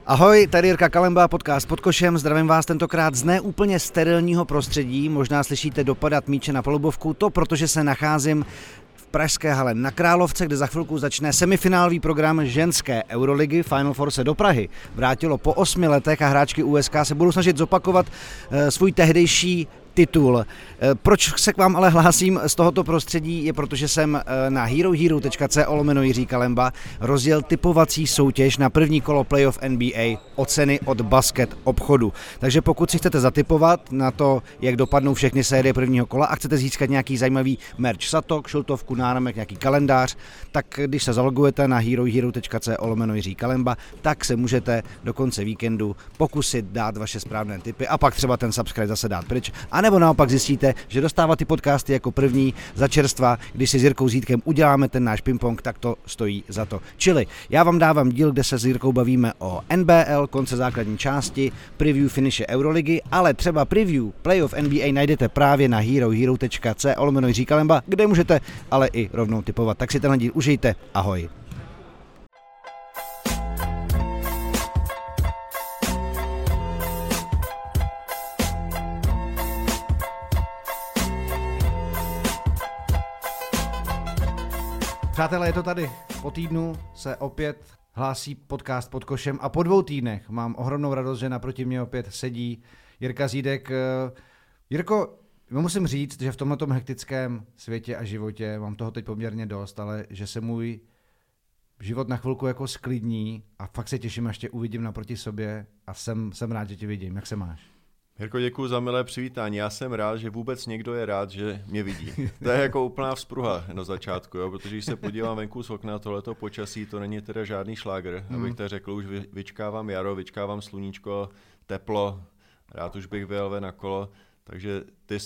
Ahoj, tady Jirka Kalemba, podcast Pod košem, zdravím vás tentokrát z neúplně sterilního prostředí, možná slyšíte dopadat míče na palubovku, to protože se nacházím v pražské hale na Královce, kde za chvilku začne semifinálový program ženské Euroligy. Final Four se do Prahy vrátilo po 8 letech a hráčky USK se budou snažit zopakovat svůj tehdejší titul. Proč se k vám ale hlásím z tohoto prostředí, je protože jsem na herohero.co/Jiří Kalemba rozjel tipovací soutěž na první kolo playoff NBA o ceny od basket obchodu. Takže pokud si chcete zatipovat na to, jak dopadnou všechny série prvního kola a chcete získat nějaký zajímavý merch, satok, šiltovku, náramek, nějaký kalendář, tak když se zalogujete na herohero.co/Jiří Kalemba, tak se můžete do konce víkendu pokusit dát vaše správné tipy a pak třeba ten subscribe zase dát pryč. A nebo naopak zjistíte, že dostávat ty podcasty jako první za čerstva, když si s Jirkou Zítkem uděláme ten náš ping-pong, tak to stojí za to. Čili já vám dávám díl, kde se s Jirkou bavíme o NBL, konce základní části, preview finiše Euroligy, ale třeba preview playoff NBA najdete právě na herohero.co/Jiří Kalemba, kde můžete ale i rovnou tipovat. Tak si tenhle díl užijte. Ahoj. Přátelé, je to tady. Po týdnu se opět hlásí podcast Pod košem a po 2 týdnech mám ohromnou radost, že naproti mě opět sedí Jirka Zídek. Jirko, musím říct, že v tomhletom hektickém světě a životě mám toho teď poměrně dost, ale že se můj život na chvilku jako sklidní a fakt se těším, až tě uvidím naproti sobě a jsem rád, že tě vidím. Jak se máš? Jirko, děkuji za milé přivítání. Já jsem rád, že vůbec někdo je rád, že mě vidí. To je jako úplná vzpruha na začátku, jo? Protože když se podívám venku z okna, tohleto počasí, to není teda žádný šláger. Abych to řekl, už vyčkávám jaro, vyčkávám sluníčko, teplo, rád už bych vyjel ven na kolo. Takže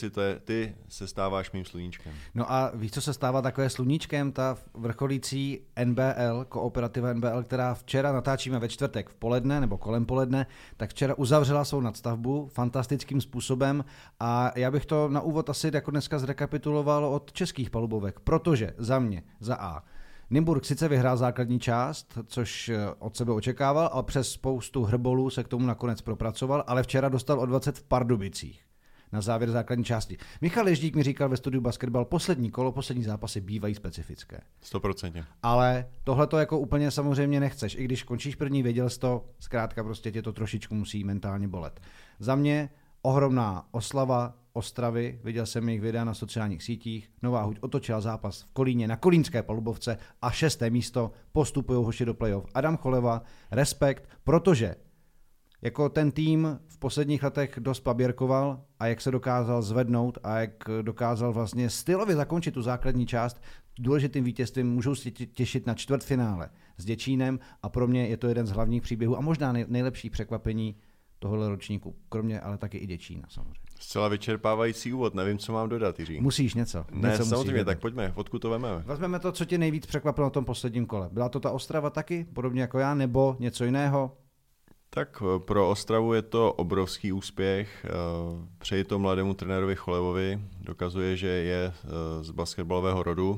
ty se stáváš mým sluníčkem. No a víš, co se stává takové sluníčkem? Ta vrcholící NBL, kooperativa NBL, která včera natáčíme ve čtvrtek v poledne nebo kolem poledne, tak včera uzavřela svou nadstavbu fantastickým způsobem a já bych to na úvod asi jako dneska zrekapituloval od českých palubovek, protože za mě, za A, Nymburk sice vyhrál základní část, což od sebe očekával, ale přes spoustu hrbolů se k tomu nakonec propracoval, ale včera dostal o 20 v Pardubicích. Na závěr základní části. Michal Ježdík mi říkal ve studiu Basketbal, poslední kolo, poslední zápasy bývají specifické. 100%. Ale tohle to jako úplně samozřejmě nechceš. I když končíš první, věděl jsi to, zkrátka prostě tě to trošičku musí mentálně bolet. Za mě ohromná oslava Ostravy, viděl jsem jejich videa na sociálních sítích, Nová Huť otočila zápas v Kolíně na kolínské palubovce a 6. místo postupují hoši do playoff. Adam Choleva, respekt, protože jako ten tým v posledních letech dost paběrkoval a jak se dokázal zvednout a jak dokázal vlastně stylově zakončit tu základní část, důležitým vítězstvím můžou se těšit na čtvrtfinále s Děčínem a pro mě je to jeden z hlavních příběhů a možná nejlepší překvapení tohohle ročníku, kromě ale taky i Děčína samozřejmě. Zcela vyčerpávající úvod, nevím, co mám dodat, Jiří. Musíš něco. Ne, samozřejmě, tak pojďme, odkud to vememe. Vezmeme to, co tě nejvíc překvapilo na tom posledním kole. Byla to ta Ostrava taky, podobně jako já, nebo něco jiného? Tak pro Ostravu je to obrovský úspěch. Přeji to mladému trenérovi Cholevovi. Dokazuje, že je z basketbalového rodu.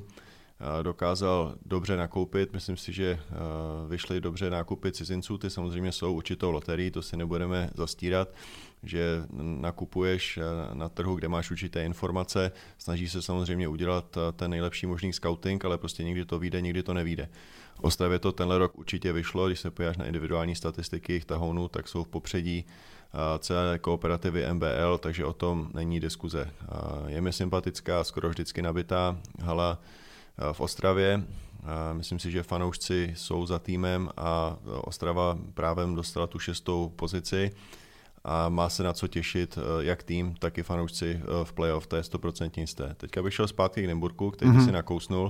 Dokázal dobře nakoupit. Myslím si, že vyšly dobře nákupy cizinců. Ty samozřejmě jsou určitou loterií, to si nebudeme zastírat, že nakupuješ na trhu, kde máš určité informace. Snaží se samozřejmě udělat ten nejlepší možný scouting, ale prostě někdy to vyjde, někdy to nevyjde. Ostravě to tenhle rok určitě vyšlo, když se podíváš na individuální statistiky jejich tahounů, tak jsou v popředí celé kooperativy NBL, takže o tom není diskuze. Je mi sympatická, skoro vždycky nabitá hala v Ostravě. Myslím si, že fanoušci jsou za týmem a Ostrava právem dostala tu 6. pozici a má se na co těšit jak tým, tak i fanoušci v playoff, to je 100% jisté. Teďka bych šel zpátky k Nymburku, který si nakousnul.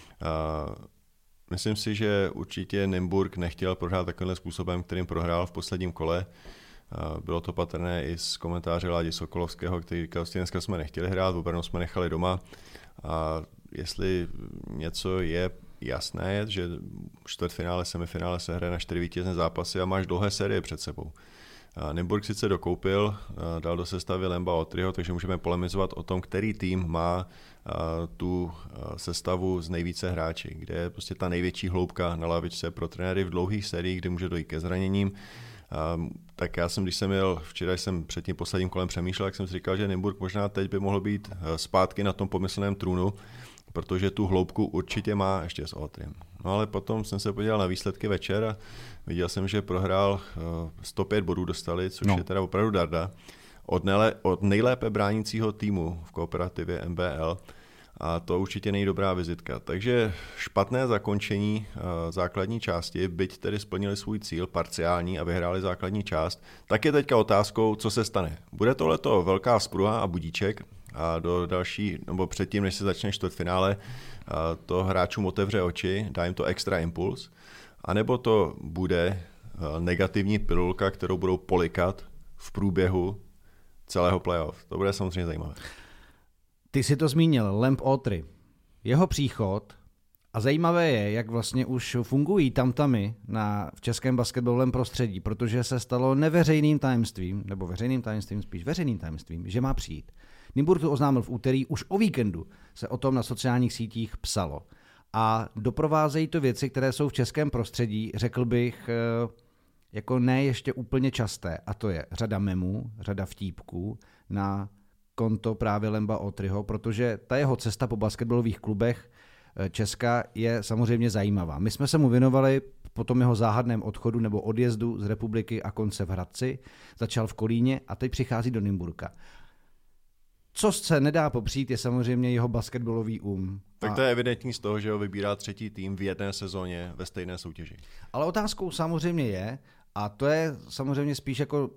Myslím si, že určitě Nymburk nechtěl prohrát takovým způsobem, kterým prohrál v posledním kole. Bylo to patrné i z komentáře Ládi Sokolovského, který říkal, že dneska jsme nechtěli hrát, v Brnu jsme nechali doma. A jestli něco je jasné, že čtvrtfinále, semifinále se hraje na 4 vítězné zápasy a máš dlouhé série před sebou. Nymburk sice dokoupil, dal do sestavy Lemba Otryho, takže můžeme polemizovat o tom, který tým má tu sestavu z nejvíce hráči, kde je prostě ta největší hloubka na lavičce pro trenéry v dlouhých sériích, kdy může dojít ke zraněním. Tak já jsem, když jsem jel, včera jsem před tím posledním kolem přemýšlel, jak jsem si říkal, že Nymburk možná teď by mohl být zpátky na tom pomyslném trůnu, protože tu hloubku určitě má ještě s Otrym. No ale potom jsem se podíval na výsledky večer a viděl jsem, že prohrál 105 bodů dostali, což je teda opravdu darda. Od nejlépe bránícího týmu v kooperativě MBL a to určitě není dobrá vizitka. Takže špatné zakončení základní části, byť tedy splnili svůj cíl parciální a vyhráli základní část, tak je teďka otázkou, co se stane. Bude tohleto velká spruha a budíček a do další, nebo předtím, než se začne čtvrtfinále, to hráčům otevře oči, dá jim to extra impuls, anebo to bude negativní pilulka, kterou budou polikat v průběhu celého playoff. To bude samozřejmě zajímavé. Ty jsi to zmínil, Lamb Otry. Jeho příchod, a zajímavé je, jak vlastně už fungují tamtamy v českém basketbalovém prostředí, protože se stalo neveřejným tajemstvím, nebo veřejným tajemstvím, spíš veřejným tajemstvím, že má přijít. Nymburk to oznámil v úterý, už o víkendu se o tom na sociálních sítích psalo. A doprovázejí to věci, které jsou v českém prostředí, řekl bych, jako ne ještě úplně časté. A to je řada memů, řada vtípků na konto právě Lamba Otryho, protože ta jeho cesta po basketbalových klubech Česka je samozřejmě zajímavá. My jsme se mu věnovali po tom jeho záhadném odchodu nebo odjezdu z republiky a konce v Hradci, začal v Kolíně a teď přichází do Nymburka. Co se nedá popřít, je samozřejmě jeho basketbalový Tak to je evidentní z toho, že ho vybírá třetí tým v jedné sezóně ve stejné soutěži. Ale otázkou samozřejmě je, a to je samozřejmě spíš jako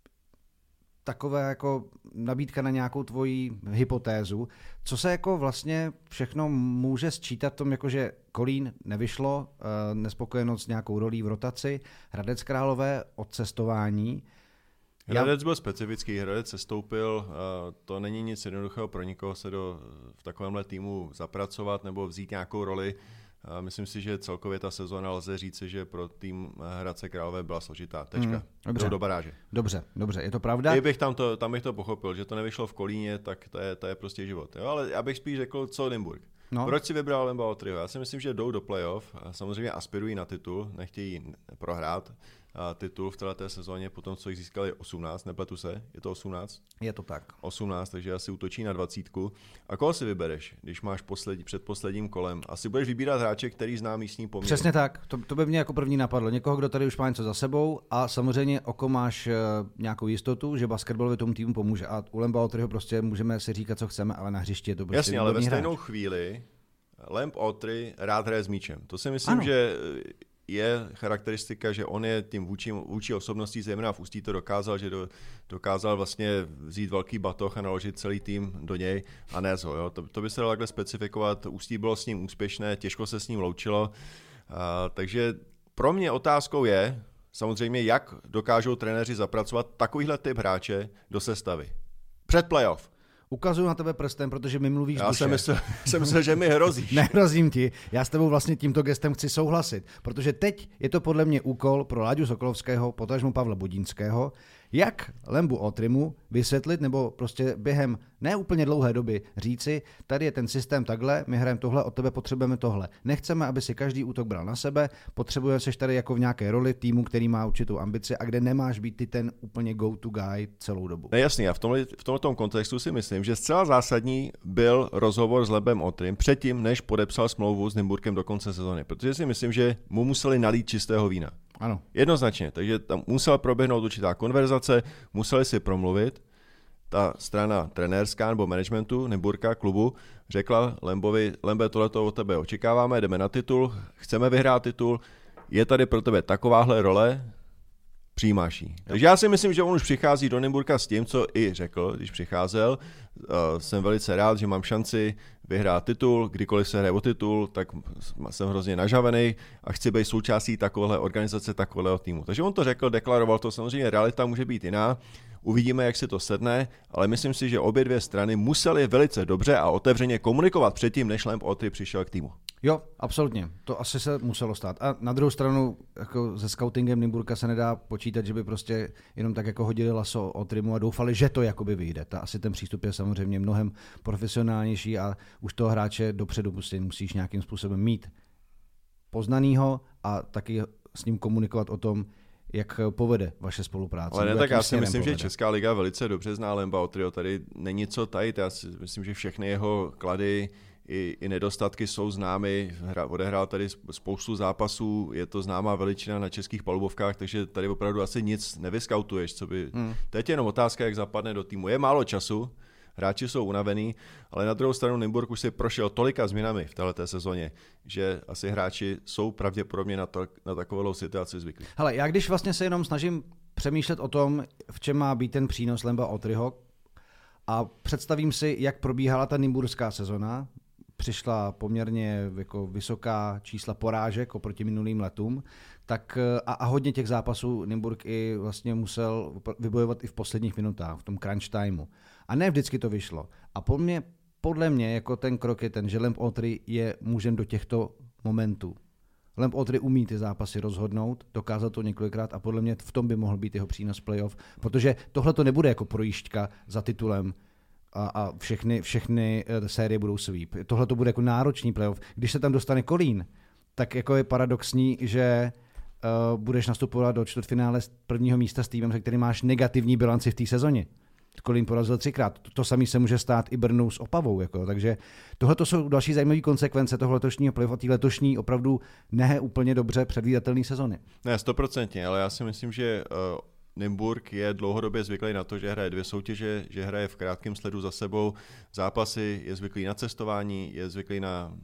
takové jako nabídka na nějakou tvoji hypotézu, co se jako vlastně všechno může sčítat tom, jako že Kolín nevyšlo, nespokojenost s nějakou rolí v rotaci, Hradec Králové odcestování. Hradec byl specifický, Hradec sestoupil, to není nic jednoduchého pro nikoho se v takovémhle týmu zapracovat nebo vzít nějakou roli. Myslím si, že celkově ta sezóna lze říci, že pro tým Hradce Králové byla složitá. Tečka. Jdou do baráže. Dobře, je to pravda. Tam bych to pochopil, že to nevyšlo v Kolíně, tak to je prostě život. Jo, ale já bych spíš řekl, co Nymburk. No. Proč si vybral Lamba Otryho? Já si myslím, že jdou do playoff, samozřejmě aspirují na titul, nechtějí prohrát titul v této sezóně, potom co jich získali 18, nepletu se, je to 18? Je to tak. 18, takže asi útočí na 20. A koho si vybereš, když máš před posledním kolem? Asi budeš vybírat hráče, který zná místní poměr. Přesně tak, to by mě jako první napadlo. Někoho, kdo tady už má něco za sebou a samozřejmě oko máš nějakou jistotu, že basketbalově tomu týmu pomůže. A u Lamba Otryho prostě můžeme si říkat, co chceme, ale na hřišti je to prostě jasně, ale ve stejnou hráč. Chvíli Lamb Otry rád hraje s míčem. To si myslím, že je charakteristika, že on je tím vůči osobností, zejména v Ústí to dokázal, že dokázal vlastně vzít velký batoh a naložit celý tým do něj a nést ho. Jo. To by se dalo takhle specifikovat. Ústí bylo s ním úspěšné, těžko se s ním loučilo. Takže pro mě otázkou je samozřejmě, jak dokážou trenéři zapracovat takovýhle typ hráče do sestavy. Před playoff. Ukazuju na tebe prstem, protože mi mluvíš já duše. jsem myslel, že mi hrozíš. Nehrozím ti, já s tebou vlastně tímto gestem chci souhlasit, protože teď je to podle mě úkol pro Láďu Sokolovského, potažmu Pavla Budínského, jak Lambu Otrymu vysvětlit nebo prostě během ne úplně dlouhé doby říci, tady je ten systém takhle, my hrajeme tohle, od tebe potřebujeme tohle. Nechceme, aby si každý útok bral na sebe, potřebujeme seš tady jako v nějaké roli týmu, který má určitou ambici a kde nemáš být ty ten úplně go-to guy celou dobu. Jasně, a v tomto kontextu si myslím, že zcela zásadní byl rozhovor s Lambem Otrym předtím, než podepsal smlouvu s Nymburkem do konce sezóny, protože si myslím, že mu museli nalít čistého vína. Ano. Jednoznačně, takže tam musela proběhnout určitá konverzace, museli si promluvit. Ta strana trenérská nebo managementu Nymburka, klubu, řekla Lambovi, Lambe, tohleto od tebe očekáváme, jdeme na titul, chceme vyhrát titul, je tady pro tebe takováhle role, přijímáš ji. Takže já si myslím, že on už přichází do Nymburka s tím, co i řekl, když přicházel. Jsem velice rád, že mám šanci vyhrát titul, kdykoliv se hraje o titul, tak jsem hrozně nažavený a chci být součástí takovéhle organizace, takovéhohle týmu. Takže on to řekl, deklaroval to, samozřejmě realita může být jiná, uvidíme, jak si to sedne, ale myslím si, že obě dvě strany musely velice dobře a otevřeně komunikovat předtím, než Lamb Otry přišel k týmu. Jo, absolutně. To asi se muselo stát. A na druhou stranu, jako se scoutingem Nymburka se nedá počítat, že by prostě jenom tak jako hodili laso Otrymu a doufali, že to jakoby vyjde. Asi ten přístup je samozřejmě mnohem profesionálnější a už toho hráče dopředu musíš nějakým způsobem mít poznanýho a taky s ním komunikovat o tom, jak povede vaše spolupráce. Ale ne, tak já si myslím, že Česká liga velice dobře zná Lemba Otryho, tady není co tajit, já si myslím, že všechny jeho klady i nedostatky jsou známy, odehrál tady spoustu zápasů, je to známá veličina na českých palubovkách, takže tady opravdu asi nic nevyskautuješ, co by... Teď je jenom otázka, jak zapadne do týmu. Je málo času, hráči jsou unavený, ale na druhou stranu Nymburk už si prošel tolika změnami v této sezóně, že asi hráči jsou pravděpodobně na takovou situaci zvyklí. Hele, já když vlastně se jenom snažím přemýšlet o tom, v čem má být ten přínos Lemba Otryho a představím si, jak probíhala ta nymburská sezona, přišla poměrně jako vysoká čísla porážek oproti minulým letům, tak a hodně těch zápasů Nymburk i vlastně musel vybojovat i v posledních minutách, v tom crunch timeu. A ne vždycky to vyšlo. A podle mě jako ten krok je ten, že Lemb Otry je mužem do těchto momentů. Lemb Otry umí ty zápasy rozhodnout, dokázal to několikrát a podle mě v tom by mohl být jeho přínos playoff, protože tohle to nebude jako projížďka za titulem a všechny série budou sweep. Tohle to bude jako náročný playoff. Když se tam dostane Kolín, tak jako je paradoxní, že budeš nastupovat do čtvrtfinále z prvního místa s týmem, se kterým máš negativní bilanci v té sezóně. Kolín porazil 3krát. To samé se může stát i Brnu s Opavou. Jako. Takže tohle jsou další zajímavé konsekvence toho letošního playoff a té letošní opravdu ne úplně dobře předvídatelné sezony. Ne, 100%, ale já si myslím, že Nymburk je dlouhodobě zvyklý na to, že hraje 2 soutěže, že hraje v krátkém sledu za sebou zápasy, je zvyklý na cestování, je zvyklý na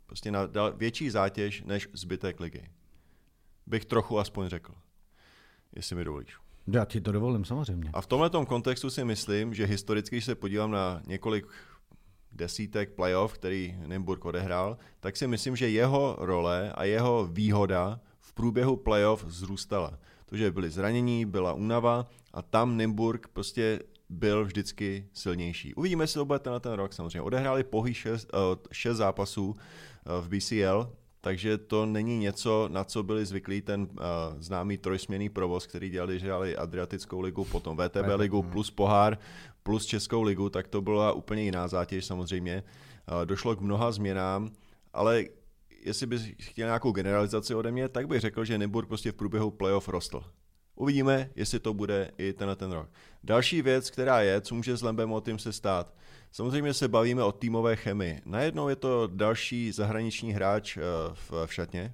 větší zátěž než zbytek ligy. Bych trochu aspoň řekl, jestli mi dovolíš. Já ti to dovolím, samozřejmě. A v tomhletom kontextu si myslím, že historicky, když se podívám na několik desítek playoff, který Nymburk odehrál, tak si myslím, že jeho role a jeho výhoda v průběhu playoff vzrůstala. To, že byly zranění, byla únava a tam Nymburk prostě byl vždycky silnější. Uvidíme, jestli to bude ten rok samozřejmě. Odehráli pouhých 6 zápasů v BCL, takže to není něco, na co byli zvyklí ten známý trojsměnný provoz, který dělali, že dělali Adriatickou ligu, potom VTB ligu plus pohár, plus Českou ligu, tak to byla úplně jiná zátěž samozřejmě. Došlo k mnoha změnám, ale jestli bys chtěl nějakou generalizaci ode mě, tak bych řekl, že Nymburk prostě v průběhu playoff rostl. Uvidíme, jestli to bude i ten rok. Další věc, která je, co může s Lembem Otrym se stát. Samozřejmě se bavíme o týmové chemii. Najednou je to další zahraniční hráč v šatně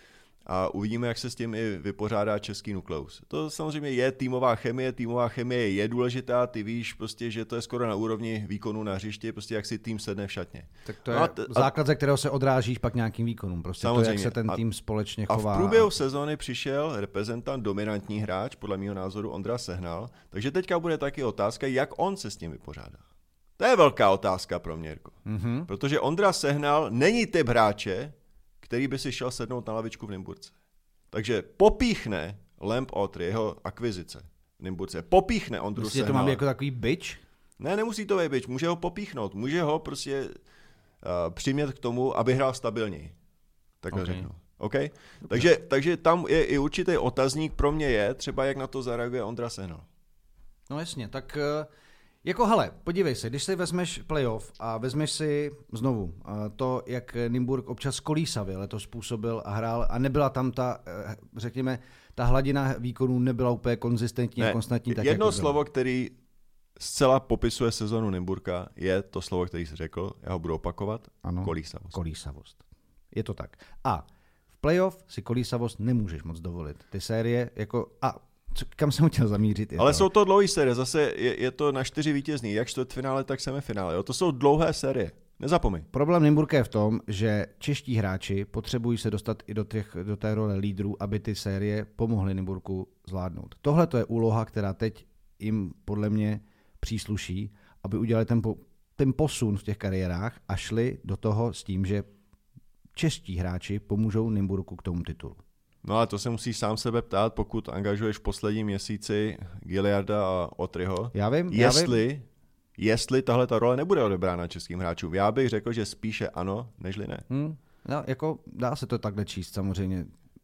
a uvidíme, jak se s tím i vypořádá český nukleus. To samozřejmě je týmová chemie je důležitá, ty víš prostě, že to je skoro na úrovni výkonu na hřišti, prostě jak si tým sedne v šatně. Tak to je základ, ze kterého se odrážíš pak nějakým výkonům, prostě samozřejmě. To, jak se ten tým společně chová. A v průběhu sezóny přišel reprezentant, dominantní hráč, podle mého názoru Ondra Sehnal, takže teďka bude taky otázka, jak on se s tím vypořádá. To je velká otázka pro mě, Jirko. Protože Ondra Sehnal není typ hráče, který by si šel sednout na lavičku v Nymburce. Takže popíchne Lemb Otry, jeho akvizice v Nymburce, popíchne Ondru Sehnala. To mám jako takový bič? Ne, nemusí to být bič, může ho popíchnout, může ho prostě přimět k tomu, aby hrál stabilněji. Takhle řeknu. Okay? Takže tam je i určitý otazník pro mě je, třeba jak na to zareaguje Ondra Sehnal. No jasně, tak jako hele, podívej se, když si vezmeš playoff a vezmeš si znovu to, jak Nymburk občas kolísavě letos způsobil a hrál a nebyla tam ta, řekněme, ta hladina výkonů nebyla úplně konzistentní a konstantní. Tak jedno jako slovo, který zcela popisuje sezonu Nymburka, je to slovo, který jsi řekl, já ho budu opakovat, ano, kolísavost. Kolísavost. Je to tak. A v playoff si kolísavost nemůžeš moc dovolit. Ty série jako kam jsem chtěl zamířit? Ale jsou to dlouhé série, zase je to na 4 vítězný, jak čtvrtfinále, tak semifinále. Jo? To jsou dlouhé série, nezapomeň. Problém Nymburka je v tom, že čeští hráči potřebují se dostat i do té role lídrů, aby ty série pomohly Nymburku zvládnout. Tohle to je úloha, která teď jim podle mě přísluší, aby udělali ten posun v těch kariérách a šli do toho s tím, že čeští hráči pomůžou Nymburku k tomu titulu. No ale to se musíš sám sebe ptát, pokud angažuješ v posledním měsíci Gilliarda a Otryho. Já vím. Jestli tahle ta role nebude odebrána českým hráčům. Já bych řekl, že spíše ano, nežli ne. No, jako dá se to takhle číst samozřejmě.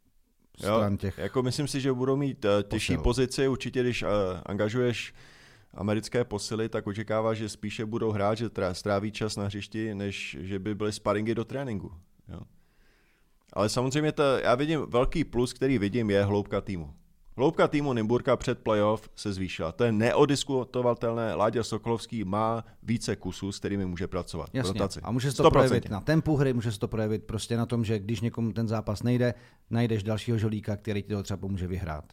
Jako myslím si, že budou mít těžší pozici. Určitě, když angažuješ americké posily, tak očekáváš, že spíše budou hrát, že stráví čas na hřišti, než že by byly sparingy do tréninku. Jo? Ale samozřejmě já vidím velký plus, který vidím, je hloubka týmu. Hloubka týmu Nymburka před playoff se zvýšila. To je neodiskutovatelné. Láďa Sokolovský má více kusů, s kterými může pracovat. Jasně. A může se to 100%. projevit na tempu hry, může se to projevit prostě na tom, že když někomu ten zápas nejde, najdeš dalšího žolíka, který ti to třeba pomůže vyhrát.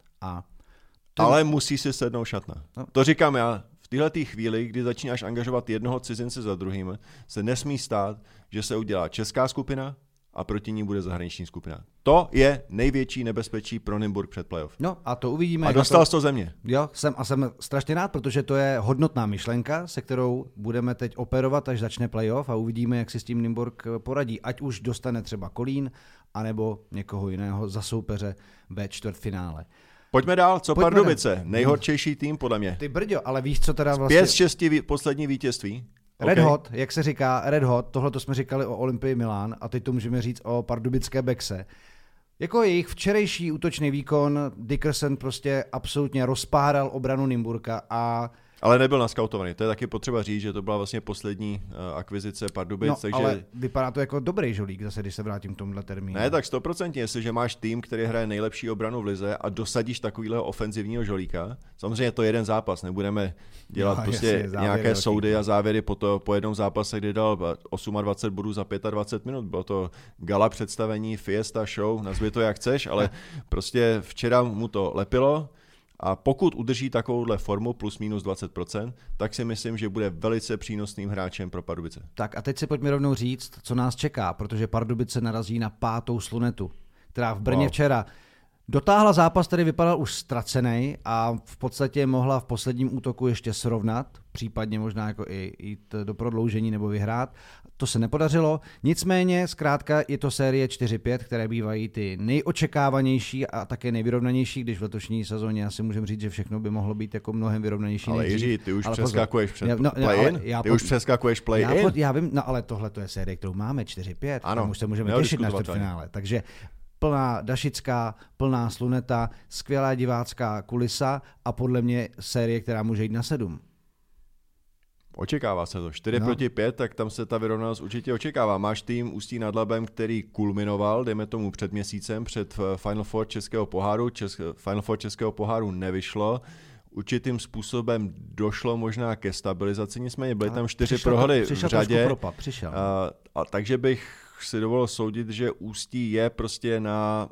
Ale musí si sednout šatna. No. To říkám já. V této chvíli, kdy začínáš angažovat jednoho cizince za druhým, se nesmí stát, že se udělá česká skupina a proti ní bude zahraniční skupina. To je největší nebezpečí pro Nymburk před playoff. No a to uvidíme. A dostal jsi to ze mě. Jo, jsem strašně rád, protože to je hodnotná myšlenka, se kterou budeme teď operovat, až začne playoff a uvidíme, jak si s tím Nymburk poradí. Ať už dostane třeba Kolín, anebo někoho jiného za soupeře ve čtvrtfinále. Pojďme dál, co Pardubice? Nejhorčejší tým podle mě. Ty brďo, ale víš, co teda vlastně... 5 z 6 poslední vítězství. Red Hot, jak se říká, Red Hot, tohle to jsme říkali o Olympii Milán a teď to můžeme říct o pardubické Bexe. Jako jejich včerejší útočný výkon, Dickerson prostě absolutně rozpáral obranu Nymburka a... Ale nebyl naskautovaný, to je taky potřeba říct, že to byla vlastně poslední akvizice Pardubic. No, takže... ale vypadá to jako dobrý žolík zase, když se vrátím k tomuhle termínu. Ne, tak 100%, jestliže máš tým, který hraje nejlepší obranu v lize a dosadíš takovýhle ofenzivního žolíka, samozřejmě je to jeden zápas, nebudeme dělat nějaké soudy a závěry po jednom zápase, kdy dal 28 bodů za 25 minut. Bylo to gala představení, fiesta, show, nazvi to jak chceš, ale prostě včera mu to lepilo. A pokud udrží takovouhle formu plus minus 20%, tak si myslím, že bude velice přínosným hráčem pro Pardubice. Tak a teď si pojďme rovnou říct, co nás čeká, protože Pardubice narazí na 5. Slunetu, která v Brně včera dotáhla zápas, který vypadal už ztracený a v podstatě mohla v posledním útoku ještě srovnat, případně možná jako i jít do prodloužení nebo vyhrát. To se nepodařilo, nicméně zkrátka je to série 4-5, které bývají ty nejočekávanější a také nejvyrovnanější, když v letošní sezóně asi můžeme říct, že všechno by mohlo být jako mnohem vyrovnanější. Ale Jiří, ty už přeskakuješ play-in? Ty už přeskakuješ play-in? Já vím, no ale tohle to je série, kterou máme 4-5, tam už se můžeme těšit na čtvrtfinále, takže plná Dašická, plná Sluneta, skvělá divácká kulisa a podle mě série, která může jít na 7. Očekává se to. 4-5, tak tam se ta vyrovnanost určitě očekává. Máš tým Ústí nad Labem, který kulminoval, dejme tomu před měsícem, před Final Four Českého poháru. Final Four Českého poháru nevyšlo. Určitým způsobem došlo možná ke stabilizaci, nicméně byly tam 4 prohry v řadě. Takže bych si dovolil soudit, že Ústí je prostě na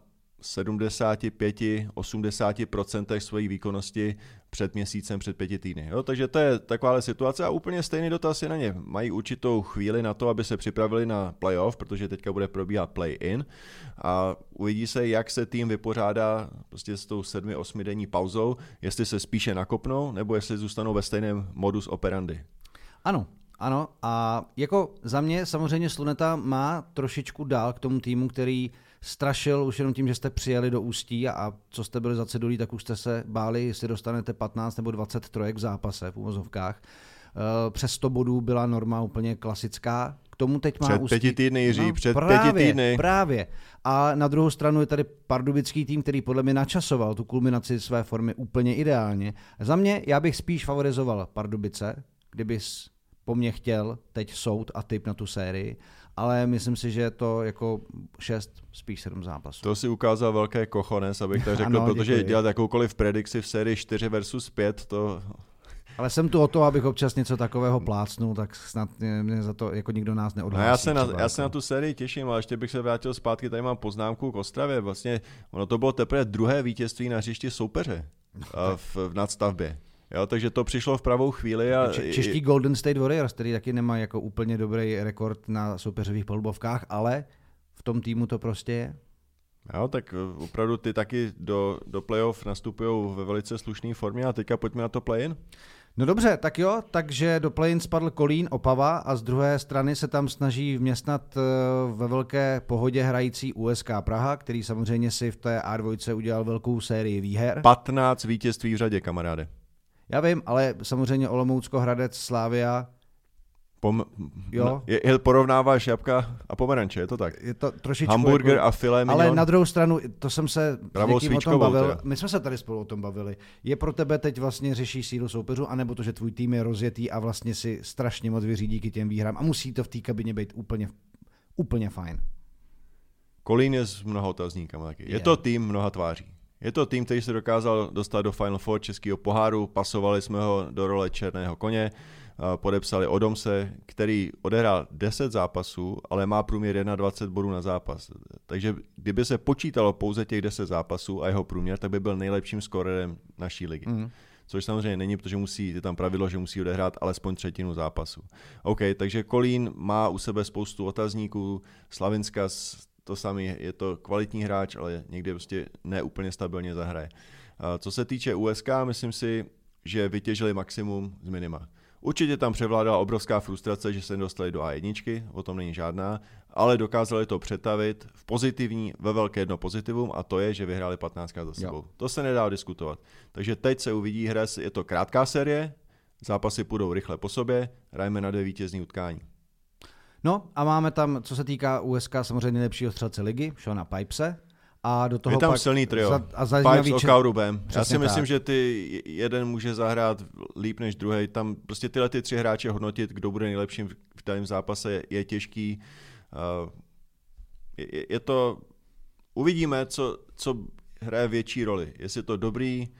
75-80% svojí výkonnosti před měsícem, před 5 týdny. Jo, takže to je taková situace a úplně stejný dotaz je na ně. Mají určitou chvíli na to, aby se připravili na playoff, protože teďka bude probíhat play-in a uvidí se, jak se tým vypořádá prostě s tou 7-8 denní pauzou, jestli se spíše nakopnou, nebo jestli zůstanou ve stejném modus operandi. Ano, a jako za mě samozřejmě Sluneta má trošičku dál k tomu týmu, který strašil už jenom tím, že jste přijeli do Ústí a co jste byli za cedulí, tak už jste se báli, jestli dostanete 15 nebo 20 trojek v zápase v uvozovkách. Přes 100 bodů byla norma úplně klasická. K tomu teď má Ústí. Před 5 týdny, Jiří, před 5 týdny. Právě. A na druhou stranu je tady pardubický tým, který podle mě načasoval tu kulminaci své formy úplně ideálně. Za mě, já bych spíš favorizoval Pardubice, kdybys po mně chtěl teď soud a tip na tu sérii, ale myslím si, že je to jako 6, spíš 7 zápasů. To si ukázal velké cojones, abych tak řekl, protože děkuji. Dělat jakoukoliv predikci v sérii 4 versus 5, to... Ale jsem tu o to, abych občas něco takového plácnul, tak snad mě za to jako nikdo nás neodhlásí. Já se na tu sérii těším, ale ještě bych se vrátil zpátky, tady mám poznámku k Ostravě. Vlastně ono to bylo teprve druhé vítězství na hřišti soupeře v nadstavbě. Jo, takže to přišlo v pravou chvíli. A čeští Golden State Warriors, který taky nemá jako úplně dobrý rekord na soupeřových polubovkách, ale v tom týmu to prostě je. Jo, tak opravdu ty taky do playoff nastupují ve velice slušné formě a teďka pojďme na to play-in. No dobře, tak jo, takže do play-in spadl Kolín, Opava a z druhé strany se tam snaží vměstnat ve velké pohodě hrající USK Praha, který samozřejmě si v té A2 udělal velkou sérii výher. 15 vítězství v řadě, kamaráde. Já vím, ale samozřejmě Olomoucko, Hradec, Slavia. Porovnáváš jabka a pomeranče, je to tak? Je to trošičku hamburger jako, a filet mignon. Ale na druhou stranu, to jsem se někým o tom bavil. Teda. My jsme se tady spolu o tom bavili. Je pro tebe teď vlastně řeší sílu soupeřů, anebo to, že tvůj tým je rozjetý a vlastně si strašně moc věří díky těm výhrám a musí to v té kabině být úplně fajn. Kolín je s mnoha otazníkama taky. Je to tým mnoha tváří. Je to tým, který se dokázal dostat do Final Four českého poháru, pasovali jsme ho do role černého koně, podepsali Odomse, který odehrál 10 zápasů, ale má průměr 21 bodů na zápas. Takže kdyby se počítalo pouze těch 10 zápasů a jeho průměr, tak by byl nejlepším skorerem naší ligy. Což samozřejmě není, protože je tam pravidlo, že musí odehrát alespoň třetinu zápasu. OK, takže Kolín má u sebe spoustu otazníků, Slavinska to samý, je to kvalitní hráč, ale někdy prostě neúplně stabilně zahraje. Co se týče USK, myslím si, že vytěžili maximum z minima. Určitě tam převládala obrovská frustrace, že se nedostali do A1, o tom není žádná, ale dokázali to přetavit v pozitivní, ve velké jedno pozitivum a to je, že vyhráli 15 za sebou. To se nedá diskutovat. Takže teď se uvidí, je to krátká série, zápasy půjdou rychle po sobě, hrajeme na 2 vítězný utkání. No a máme tam, co se týká USK, samozřejmě nejlepšího střelce ligy, Shona Pipese. A do toho je tam pak silný trio. Pipes, Okaurubem. Já si myslím, že ty jeden může zahrát líp než druhý. Tam prostě tyhle 3 hráče hodnotit, kdo bude nejlepším v daném zápase, je těžký. Je to... Uvidíme, co hraje větší roli. Jestli to dobrý...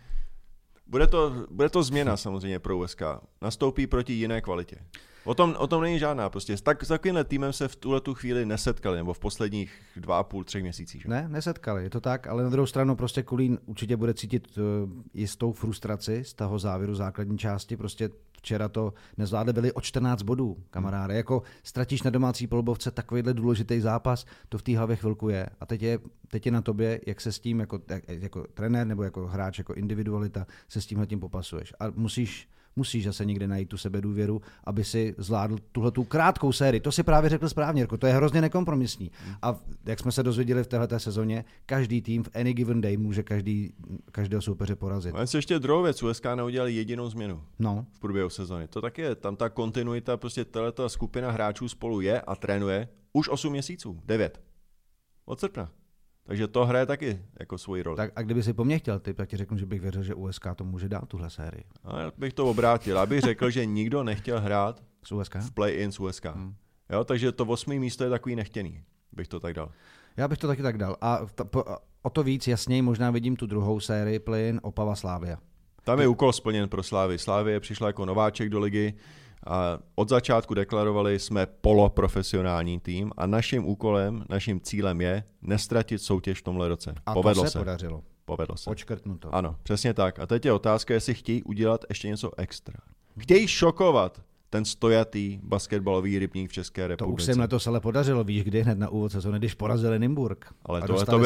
Bude to změna samozřejmě pro USK. Nastoupí proti jiné kvalitě. O tom není žádná. Prostě s takovýmhle týmem se v tuhletu chvíli nesetkali, nebo v posledních 2,5-3 měsících. Že? Ne, nesetkali, je to tak, ale na druhou stranu prostě Kolín určitě bude cítit jistou frustraci z toho závěru základní části. Prostě včera to nezvládli, byli o 14 bodů, kamaráde. Jako ztratíš na domácí polobovce takovýhle důležitý zápas, to v té hlavě chvilku je. A teď je na tobě, jak se s tím jako trenér nebo jako hráč, jako individualita se s tímhletím popasuješ. A musíš zase někde najít tu sebedůvěru, aby si zvládl tuhletu krátkou sérii. To si právě řekl správně, Jirko, to je hrozně nekompromisní. A jak jsme se dozvěděli v téhleté sezóně, každý tým v any given day může každého soupeře porazit. Ale ještě druhou věc, USK neudělali jedinou změnu v průběhu sezóny. To taky je, tam ta kontinuita, prostě tato skupina hráčů spolu je a trénuje už 8 měsíců, 9. Od srpna. Takže to hraje taky jako svoji roli. Tak a kdyby si po mně chtěl typ, tak ti řeknu, že bych věřil, že USK to může dát tuhle sérii. A já bych to obrátil. Abych řekl, že nikdo nechtěl hrát v play-in s USK. Jo, takže to 8. místo je takový nechtěný. Bych to tak dal. Já bych to taky tak dal. A o to víc jasněji možná vidím tu druhou sérii play-in Opava Slavia. Tam je úkol splněn pro Slávy. Slávie přišla jako nováček do ligy. A od začátku deklarovali, jsme poloprofesionální tým a naším cílem je nestratit soutěž v tomhle roce. A Povedlo to se podařilo. Povedlo se. Očkrtnuto. Ano, přesně tak. A teď je otázka, jestli chtějí udělat ještě něco extra. Chtějí šokovat ten stojatý basketbalový rybník v České republice. To už se jim letos ale podařilo, víš kdy, hned na úvod sezóny, když porazili Nymburk. Ale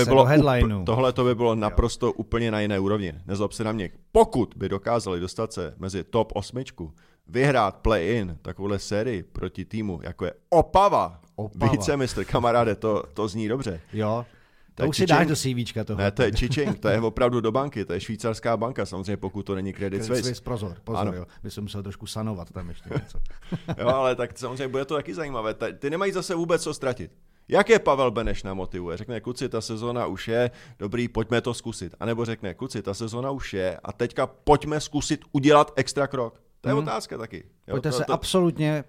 tohle by bylo naprosto úplně na jiné úrovni. Nezlob se na mě. Pokud by dokázali dostat se mezi top 8, vyhrát play-in, takovouhle sérii proti týmu, jako je Opava. Vícemistr, kamaráde, to zní dobře. Jo, to už si dáš do CVčka toho. Ne, to je Čičing, to je opravdu do banky, to je švýcarská banka, samozřejmě pokud to není Credit Suisse. Pozor, jo, by se musel trošku sanovat tam ještě něco. Jo, ale tak samozřejmě bude to taky zajímavé. Ty nemají zase vůbec co ztratit. Jak je Pavel Beneš namotivuje? Řekne, kluci, ta sezóna už je, dobrý, pojďme to zkusit. A nebo řekne, kluci, ta sezóna už je a teďka pojďme zkusit udělat extra krok. To je otázka taky. Jo, pojďte se absolutně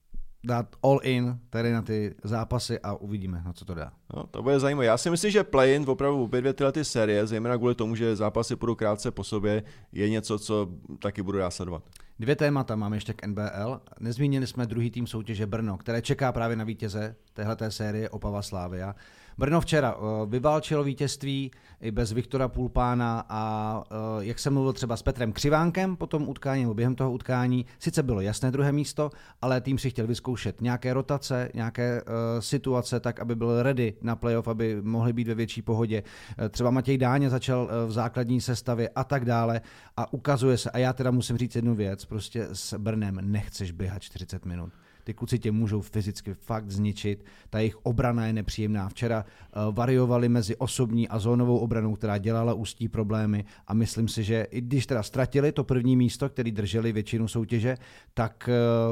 dát all in tady na ty zápasy a uvidíme, na co to dá. No, to bude zajímavé. Já si myslím, že play-in opravdu obě dvě tyhle ty série, zejména kvůli tomu, že zápasy půjdou krátce po sobě, je něco, co taky budu následovat. 2 témata máme ještě k NBL. Nezmínili jsme druhý tým soutěže Brno, které čeká právě na vítěze téhleté série Opava Slavia. Brno včera vyválčilo vítězství i bez Viktora Pulpána a jak jsem mluvil třeba s Petrem Křivánkem po tom utkání nebo během toho utkání, sice bylo jasné druhé místo, ale tým si chtěl vyzkoušet nějaké rotace, nějaké situace, tak aby byl ready na playoff, aby mohli být ve větší pohodě. Třeba Matěj Dáně začal v základní sestavě a tak dále a ukazuje se, a já teda musím říct jednu věc, prostě s Brnem nechceš běhat 40 minut. Ty kluci tě můžou fyzicky fakt zničit, ta jejich obrana je nepříjemná. Včera variovali mezi osobní a zónovou obranou, která dělala Ústí problémy a myslím si, že i když teda ztratili to první místo, který drželi většinu soutěže, tak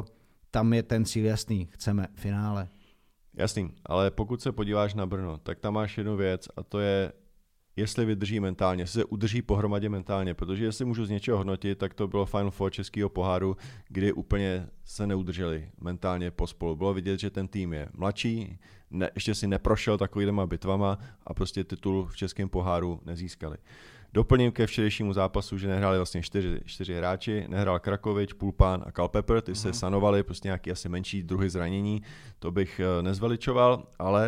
tam je ten cíl jasný, chceme finále. Jasný, ale pokud se podíváš na Brno, tak tam máš jednu věc a to je, jestli vydrží mentálně, jestli se udrží pohromadě mentálně, protože jestli můžu z něčeho hodnotit, tak to bylo Final Four českého poháru, kdy úplně se neudrželi mentálně pospolu. Bylo vidět, že ten tým je mladší, ještě si neprošel takovýma bitvama a prostě titul v českém poháru nezískali. Doplním ke včerejšímu zápasu, že nehráli vlastně 4 hráči, nehrál Krakovič, Pulpán a Culpepper, ty se sanovali, prostě nějaký asi menší druhy zranění, to bych nezveličoval,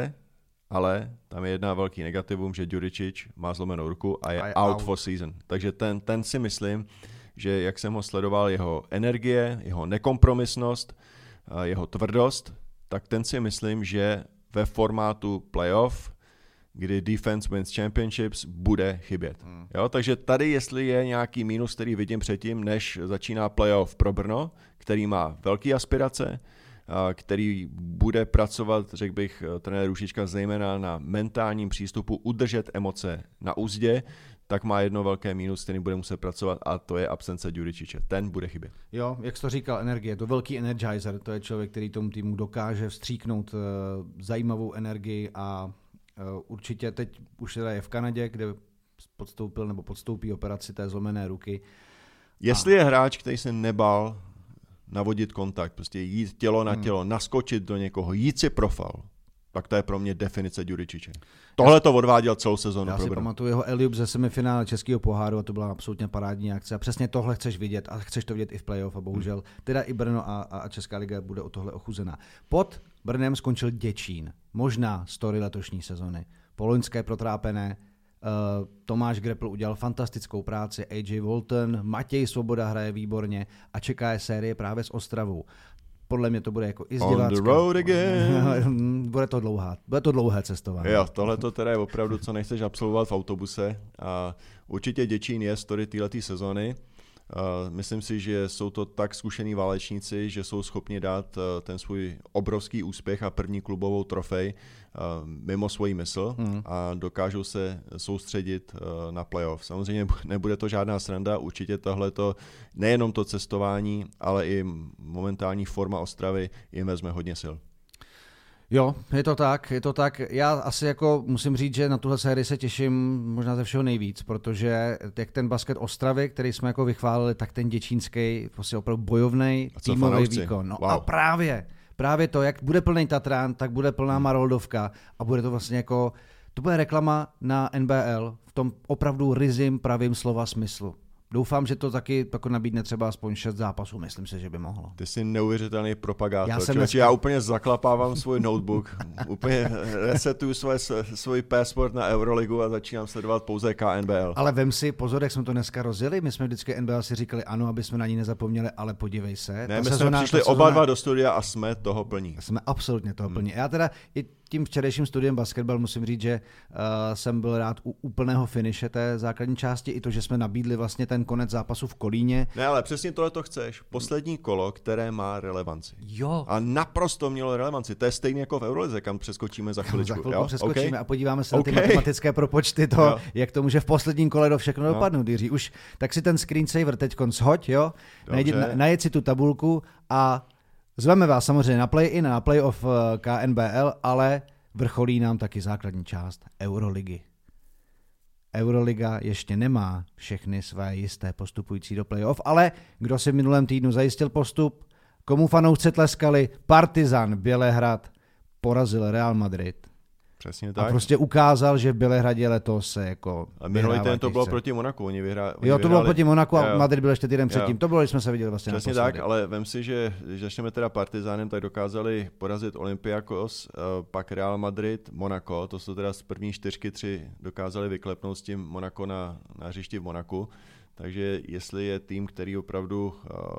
ale tam je jedna velký negativum, že Đuričić má zlomenou ruku a je out for season. Takže ten si myslím, že jak jsem ho sledoval, jeho energie, jeho nekompromisnost, jeho tvrdost, tak ten si myslím, že ve formátu playoff, kdy defense wins championships, bude chybět. Jo, takže tady, jestli je nějaký mínus, který vidím předtím, než začíná playoff pro Brno, který má velké aspirace, který bude pracovat, řekl bych, trenér Růžička, zejména na mentálním přístupu udržet emoce na uzdě, tak má jedno velké mínus, který bude muset pracovat, a to je absence Đuričiče. Ten bude chybět. Jo, jak jsi to říkal, energie, to velký energizer, to je člověk, který tomu týmu dokáže vstříknout zajímavou energii a určitě teď už je v Kanadě, kde podstoupil nebo podstoupí operaci té zlomené ruky. Jestli je hráč, který se nebál navodit kontakt, prostě jít tělo na tělo, naskočit do někoho, jít si profal, tak to je pro mě definice Đuričiče. Tohle to odváděl celou sezónu. Já si pamatuju jeho Eliup ze semifinále Českého poháru a to byla absolutně parádní akce. A přesně tohle chceš vidět a chceš to vidět i v playoff a bohužel teda i Brno a Česká liga bude o tohle ochuzená. Pod Brnem skončil Děčín. Možná story letošní sezony. Poloňské protrápené, Tomáš Grepl udělal fantastickou práci, AJ Walton, Matěj Svoboda hraje výborně a čeká je série právě s Ostravou. Podle mě to bude jako i z divácka. On the road again. Bude to dlouhé cestování. Jo, tohle to teda je opravdu, co nechceš absolvovat v autobuse. A určitě Děčín je story téhletý sezóny. Myslím si, že jsou to tak zkušení válečníci, že jsou schopni dát ten svůj obrovský úspěch a první klubovou trofej mimo svoji mysl a dokážou se soustředit na playoff. Samozřejmě nebude to žádná sranda, určitě tohleto, nejenom to cestování, ale i momentální forma Ostravy jim vezme hodně sil. Jo, je to tak. Já asi jako musím říct, že na tuhle sérii se těším možná ze všeho nejvíc, protože jak ten basket Ostravy, který jsme jako vychválili, tak ten děčínský, prostě opravdu bojovnej týmový výkon. No wow. A právě to, jak bude plný Tatran, tak bude plná Maroldovka a bude to vlastně jako, to bude reklama na NBL v tom opravdu ryzím pravým slova smyslu. Doufám, že to taky nabídne třeba aspoň 6 zápasů, myslím si, že by mohlo. Ty jsi neuvěřitelný propagátor. Já úplně zaklapávám svůj notebook, úplně resetuju svůj passport na Euroligu a začínám sledovat pouze KNBL. Ale vem si pozor, jak jsme to dneska rozjeli, my jsme vždycky NBL si říkali ano, aby jsme na ní nezapomněli, ale podívej se. Ne, my jsme přišli oba dva do studia a jsme toho plní. Jsme absolutně toho plní. Já teda i tím včerejším studiem basketbal musím říct, že jsem byl rád u úplného finiše té základní části, i to, že jsme nabídli vlastně ten konec zápasu v Kolíně. Ne, ale přesně tohle to chceš. Poslední kolo, které má relevanci. Jo. A naprosto mělo relevanci. To je stejně jako v Eurolize, kam přeskočíme za chviličku. Za chvilku přeskočíme a podíváme se na ty matematické propočty toho, jak to může v posledním kole do všechno dopadnout. Jiří, už tak si ten screensaver teďkon shoď, jo? Najed si tu tabulku a zveme vás samozřejmě na play-in a na play-off KNBL, ale vrcholí nám taky základní část Euroligy. Euroliga ještě nemá všechny své jisté postupující do play-off, ale kdo si v minulém týdnu zajistil postup, komu fanoušci tleskali, Partizan Bělehrad porazil Real Madrid. Přesně tak. A prostě ukázal, že v Bělehradě letos se jako a minulý ten to bylo proti Monaku, oni vyhráli. Jo, to bylo proti Monaku a Madrid byl ještě týden předtím. To bylo, když jsme se viděli vlastně. Přesně tak, ale vem si, že když začneme teda Partizánem, tak dokázali porazit Olympiakos, pak Real Madrid, Monako, to jsou teda z první 4-3 dokázali vyklepnout s tím Monako na hřišti v Monaku. Takže jestli je tým, který opravdu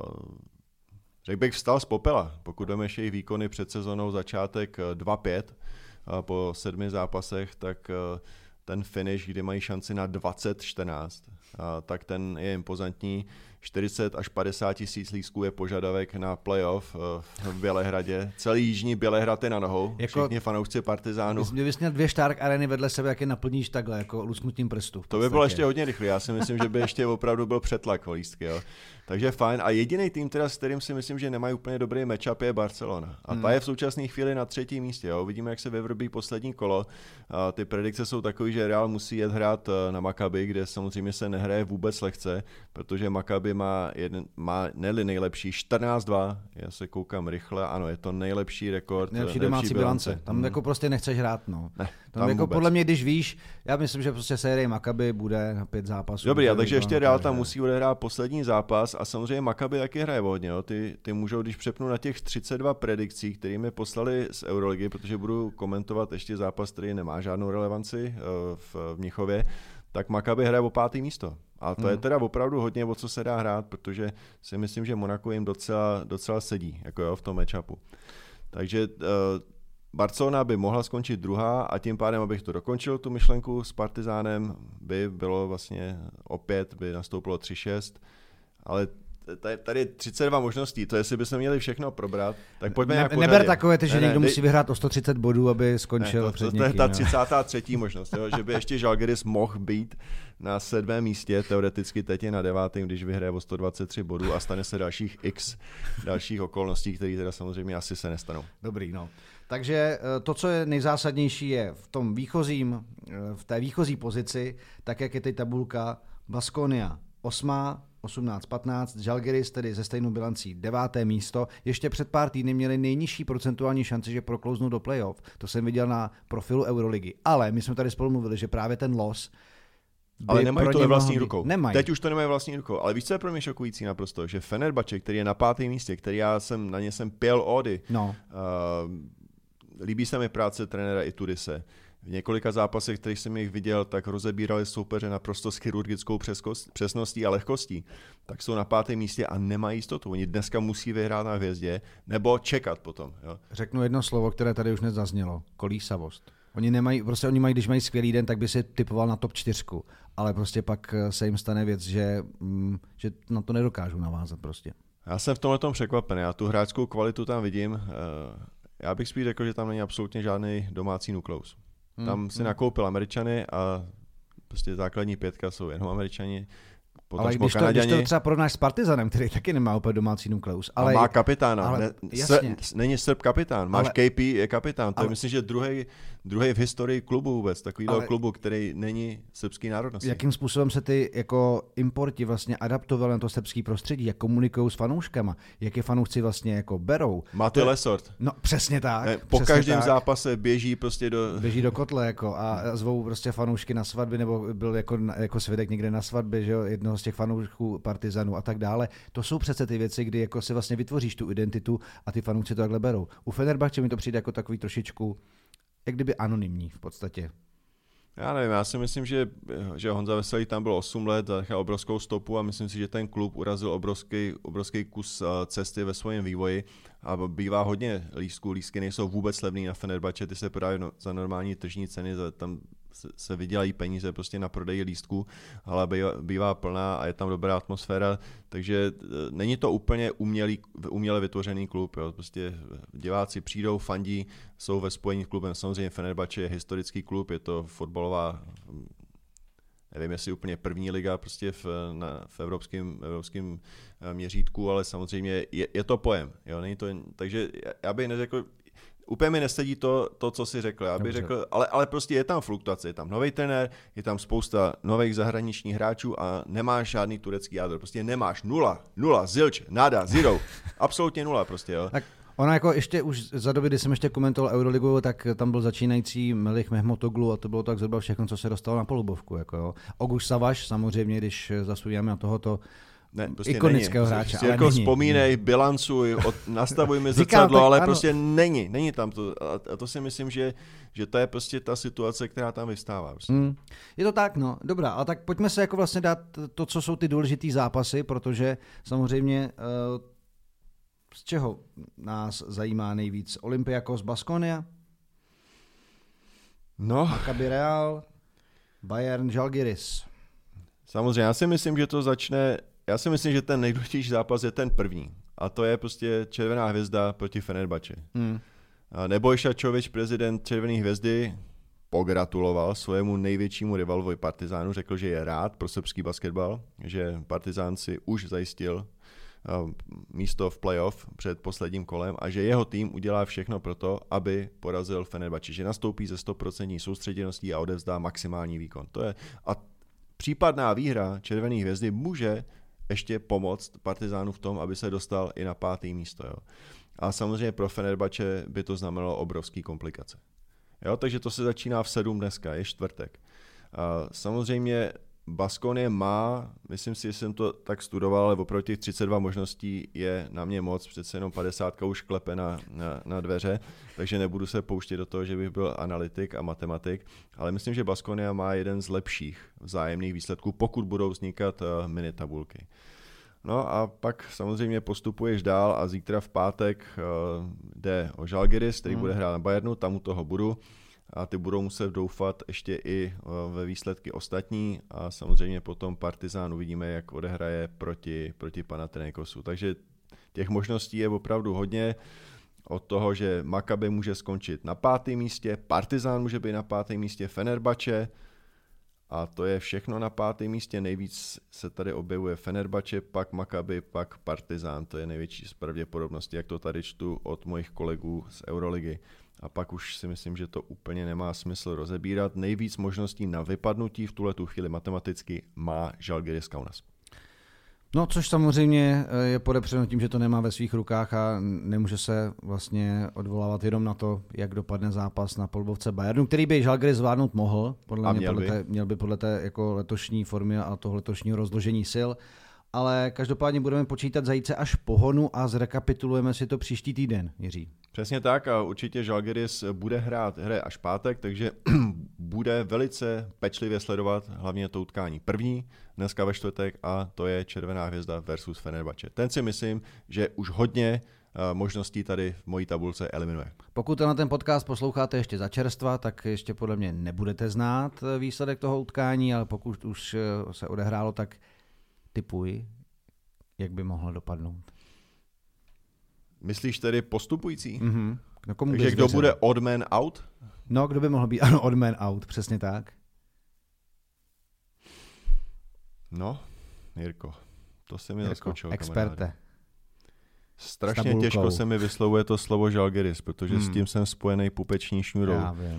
řekl bych vstal z popela, pokud vemeš jejich výkony před sezónou začátek 2-5, po 7 zápasech, tak ten finish, kdy mají šanci na 20-14, tak ten je impozantní. 40 až 50 tisíc lístků je požadavek na playoff v Bělehradě. Celý jižní Bělehrad je na nohou, všichni fanoušci Partizánu. Mě bys měl 2 Stark Areny vedle sebe, jak je naplníš takhle, jako lusknutím prstu. To by bylo ještě hodně rychle, já si myslím, že by ještě opravdu byl přetlak o lístky. Jo. Takže fajn. A jediný tým, teda, s kterým si myslím, že nemají úplně dobrý matchup, je Barcelona. A ta je v současné chvíli na 3. místě. Jo. Uvidíme, jak se vyvrbí poslední kolo. Ty predikce jsou takové, že Real musí jet hrát na Maccabi, kde samozřejmě se nehraje vůbec lehce, protože Maccabi má nejlepší 14-2, já se koukám rychle, ano, je to nejlepší rekord. Nejlepší domácí bilance. Tam jako prostě nechceš hrát, no. Ne, tam jako podle mě, když víš, já myslím, že prostě série Maccabi bude na 5 zápasů. Dobrý, a takže ještě Real tam musí odehrát poslední zápas a samozřejmě Maccabi taky hraje hodně, jo. Ty můžou, když přepnu na těch 32 predikcí, které mi poslali z Euroligy, protože budu komentovat ještě zápas, který nemá žádnou relevanci v Mnichově, tak Maccabi hraje o 5. místo. A to je teda opravdu hodně, o co se dá hrát, protože si myslím, že Monaco jim docela sedí jako jo, v tom matchupu. Takže Barcelona by mohla skončit druhá a tím pádem, abych to dokončil, tu myšlenku s Partizánem, by bylo vlastně opět, by nastoupilo 3-6, ale tady je 32 možností, to jestli bychom měli všechno probrat, tak pojďme nějak pořadě. Neber takové, že někdo musí vyhrát o 130 bodů, aby skončil před někým. To je ta 33. možnost, jo, že by ještě Žalgiris mohl být na 7. místě, teoreticky teď je na 9., když vyhraje o 123 bodů a stane se dalších okolností, které teda samozřejmě asi se nestanou. Dobrý, no. Takže to, co je nejzásadnější, je v té výchozí pozici, tak jak je teď tabulka, Baskonia 8. 18-15, Žalgiris tedy ze stejnou bilancí 9. místo. Ještě před pár týdny měli nejnižší procentuální šanci, že proklouznou do playoff. To jsem viděl na profilu Euroligy. Ale my jsme tady spolu mluvili, že právě ten los ale nemají to ve vlastní rukou. Nemají. Teď už to nemají vlastní rukou. Ale víš, co je pro mě šokující naprosto? Že Fenerbahce, který je na 5. místě, na ně jsem pěl ódy. No. Líbí se mi práce trenéra Iturise. V několika zápasech, kterých jsem jich viděl, tak rozebírali soupeře naprosto s chirurgickou přesností a lehkostí. Tak jsou na 5. místě a nemají jistotu. Oni dneska musí vyhrát na Hvězdě nebo čekat potom. Jo. Řeknu jedno slovo, které tady už nezaznělo. Kolísavost. Oni mají, když mají skvělý den, tak by si typoval na top 4, ale prostě pak se jim stane věc, že na to nedokážou navázat prostě. Já jsem v tomhletom překvapený. Já tu hráčskou kvalitu tam vidím. Já bych spíš řekl, že tam není absolutně žádný domácí nukleus. Tam si nakoupil Američany a prostě základní 5 jsou jenom Američani. Ale když to třeba porovnáš s Partizanem, který taky nemá úplně domácí nukleus. Ale má kapitána. Není Srb kapitán. Máš KP, je kapitán. To je myslím, že druhý v historii klubu vůbec. Takovýhle klubu, který není srbský národnosti. Jakým způsobem se ty jako importi vlastně adaptovali na to srbský prostředí? Jak komunikují s fanouškama? Jak je fanoušci vlastně jako berou? Máte Lesort. No přesně tak. Po každém zápase běží prostě Běží do kotle jako a zvou prostě fanoušky na svatby, nebo byl jako svědek někde na svatbě, že jo, jednoho z těch fanoušků Partizanů a tak dále. To jsou přece ty věci, kdy jako si vlastně vytvoříš tu identitu a ty fanoušci to takhle berou. U Fenerbahce mi to přijde jako takový trošičku, jak kdyby anonymní v podstatě. Já nevím, já si myslím, že Honza Veselý tam byl 8 let, zanechal obrovskou stopu a myslím si, že ten klub urazil obrovský kus cesty ve svém vývoji a bývá hodně lístků. Lístky nejsou vůbec levný na Fenerbahce, ty se prodají za normální tržní ceny, tam se vydělají peníze prostě na prodeji lístků, ale bývá plná a je tam dobrá atmosféra, takže není to úplně uměle vytvořený klub. Jo. Prostě diváci přijdou, fandí, jsou ve spojení s klubem. Samozřejmě Fenerbahce je historický klub, je to fotbalová, nevím jestli úplně první liga prostě v evropském měřítku, ale samozřejmě je to pojem. Jo. Není to, takže já bych neřekl, úplně mi nesedí to, co jsi řekl. Já bych řekl, ale prostě je tam fluktuace, je tam nový trenér, je tam spousta nových zahraničních hráčů a nemáš žádný turecký jádro. Prostě nemáš nula, zilč, nada, zero. Absolutně nula prostě, jo. Tak ona jako ještě už za doby, kdy jsem ještě komentoval Euroligu, tak tam byl začínající Melih Mehmotoglu a to bylo tak zhruba všechno, co se dostalo na polubovku. Jako jo. Oguš Savaš, samozřejmě, když zasujeme na tohoto prostě ikonického hráče. Ale jako vzpomínej, bilancuj, nastavujme zrcadlo, ale ano. Prostě není tam to. A to si myslím, že to je prostě ta situace, která tam vystává. Prostě. Je to tak, no, dobrá, ale tak pojďme se jako vlastně dát to, co jsou ty důležitý zápasy, protože samozřejmě z čeho nás zajímá nejvíc? Olympiakos Baskonia? No. Maccabi Real? Bayern Žalgiris? Samozřejmě, já si myslím, že ten nejdůležitější zápas je ten první. A to je prostě Červená hvězda proti Fenerbahce. Nebojša Čovič, prezident Červené hvězdy, pogratuloval svému největšímu rivalovi Partizánu, řekl, že je rád pro srbský basketbal, že Partizán si už zajistil místo v playoff před posledním kolem a že jeho tým udělá všechno pro to, aby porazil Fenerbahce, že nastoupí ze 100% soustředěností a odevzdá maximální výkon. To je, a případná výhra Červené hvězdy může ještě pomoct Partizánu v tom, aby se dostal i na 5. místo. Jo. A samozřejmě pro Fenerbahce by to znamenalo obrovský komplikace. Jo, takže to se začíná v 7 dneska, je čtvrtek. A samozřejmě Baskonie má, myslím si, že jsem to tak studoval, ale opravdu těch 32 možností je na mě moc, přece jenom 50 už klepe na dveře, takže nebudu se pouštět do toho, že bych byl analytik a matematik, ale myslím, že Baskonia má jeden z lepších vzájemných výsledků, pokud budou vznikat mini tabulky. No a pak samozřejmě postupuješ dál a zítra v pátek jde o Žalgiris, který bude hrát na Bayernu, tam u toho budu. A ty budou muset doufat ještě i ve výsledky ostatní a samozřejmě potom Partizán uvidíme, jak odehraje proti Panathinaikosu. Takže těch možností je opravdu hodně, od toho, že Maccabi může skončit na 5. místě, Partizán může být na 5. místě, Fenerbahce a to je všechno na 5. místě. Nejvíc se tady objevuje Fenerbahce, pak Maccabi, pak Partizán. To je největší z pravděpodobnosti, jak to tady čtu od mojich kolegů z Euroligy. A pak už si myslím, že to úplně nemá smysl rozebírat. Nejvíc možností na vypadnutí v tuhletu chvíli matematicky má Žalgiris Kaunas. No, což samozřejmě je podepřeno tím, že to nemá ve svých rukách a nemůže se vlastně odvolávat jenom na to, jak dopadne zápas na polubovce Bayernu, který by Žalgiris zvládnout mohl, měl by podle té jako letošní formy a toho letošního rozložení sil. Ale každopádně budeme počítat zajíce až pohonu a zrekapitulujeme si to příští týden, Jiří. Přesně tak a určitě Žalgiris bude hraje až pátek, takže bude velice pečlivě sledovat hlavně to utkání první, dneska ve čtvrtek a to je Červená hvězda versus Fenerbahce. Ten si myslím, že už hodně možností tady v mojí tabulce eliminuje. Pokud na ten podcast posloucháte ještě za čerstva, tak ještě podle mě nebudete znát výsledek toho utkání, ale pokud už se odehrálo, tak tipuj, jak by mohlo dopadnout. Myslíš tedy postupující? Mm-hmm. No, takže kdo bude odd man out? No, kdo by mohl být, ano, odd man out, přesně tak. No, Jirko, to se mi zaskočilo. Experte. Kamaráde. Strašně těžko se mi vyslovuje to slovo Žalgiris, protože s tím jsem spojený pupeční šňůrou.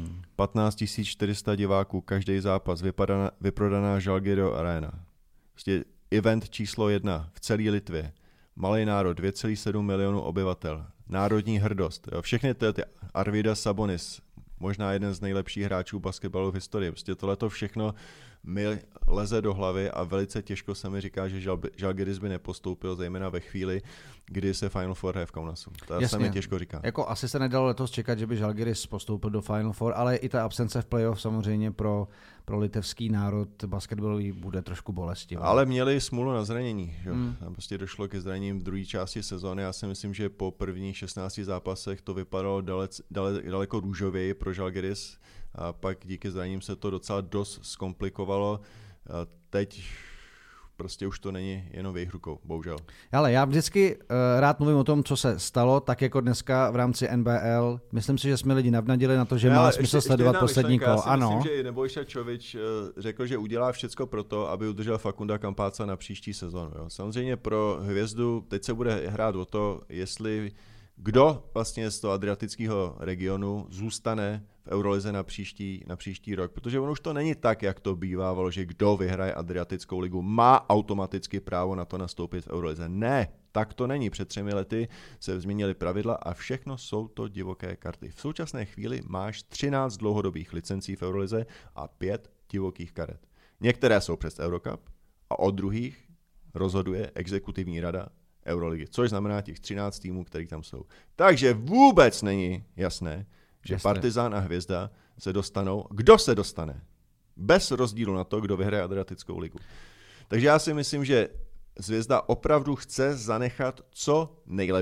15 400 diváků, každý zápas, vyprodaná Žalgirio Arena. Prostě event číslo 1 v celé Litvě. Malý národ, 2,7 milionu obyvatel. Národní hrdost. Jo. Všechny ty Arvydas Sabonis, možná jeden z nejlepších hráčů basketbalu v historii. Prostě tohleto všechno mi leze do hlavy a velice těžko se mi říká, že Žalgiris by nepostoupil, zejména ve chvíli, kdy se Final Four hraje v Kaunasu. To se mi těžko říká. Jako asi se nedalo letos čekat, že by Žalgiris postoupil do Final Four, ale i ta absence v playoff samozřejmě pro litevský národ basketbalový bude trošku bolestivá. Ale měli smůlu na zranění. Že? Tam prostě došlo ke zraněním v druhé části sezóny. Já si myslím, že po prvních 16 zápasech to vypadalo daleko růžověji pro Žalgiris. A pak díky zraněním se to docela dost zkomplikovalo. A teď prostě už to není jenom v jejich rukou, bohužel. Ale já vždycky rád mluvím o tom, co se stalo, tak jako dneska v rámci NBL. Myslím si, že jsme lidi navnadili na to, že má smysl sledovat poslední kolo. Ano. Myslím, že i Nebojša Čovič řekl, že udělá všecko pro to, aby udržel Fakunda Campazza na příští sezonu. Jo. Samozřejmě pro hvězdu teď se bude hrát o to, jestli kdo vlastně z toho adriatického regionu zůstane v Eurolize na příští rok, protože ono už to není tak, jak to bývávalo, že kdo vyhraje Adriatickou ligu, má automaticky právo na to nastoupit v Eurolize. Ne, tak to není. Před 3 lety se změnily pravidla a všechno jsou to divoké karty. V současné chvíli máš 13 dlouhodobých licencí v Eurolize a 5 divokých karet. Některé jsou přes Eurocup a od druhých rozhoduje exekutivní rada Euroligy, což znamená těch 13 týmů, který tam jsou. Takže vůbec není jasné, že Partizán a Hvězda se dostanou. Kdo se dostane? Bez rozdílu na to, kdo vyhraje Adriatickou ligu. Takže já si myslím, že Hvězda opravdu chce zanechat co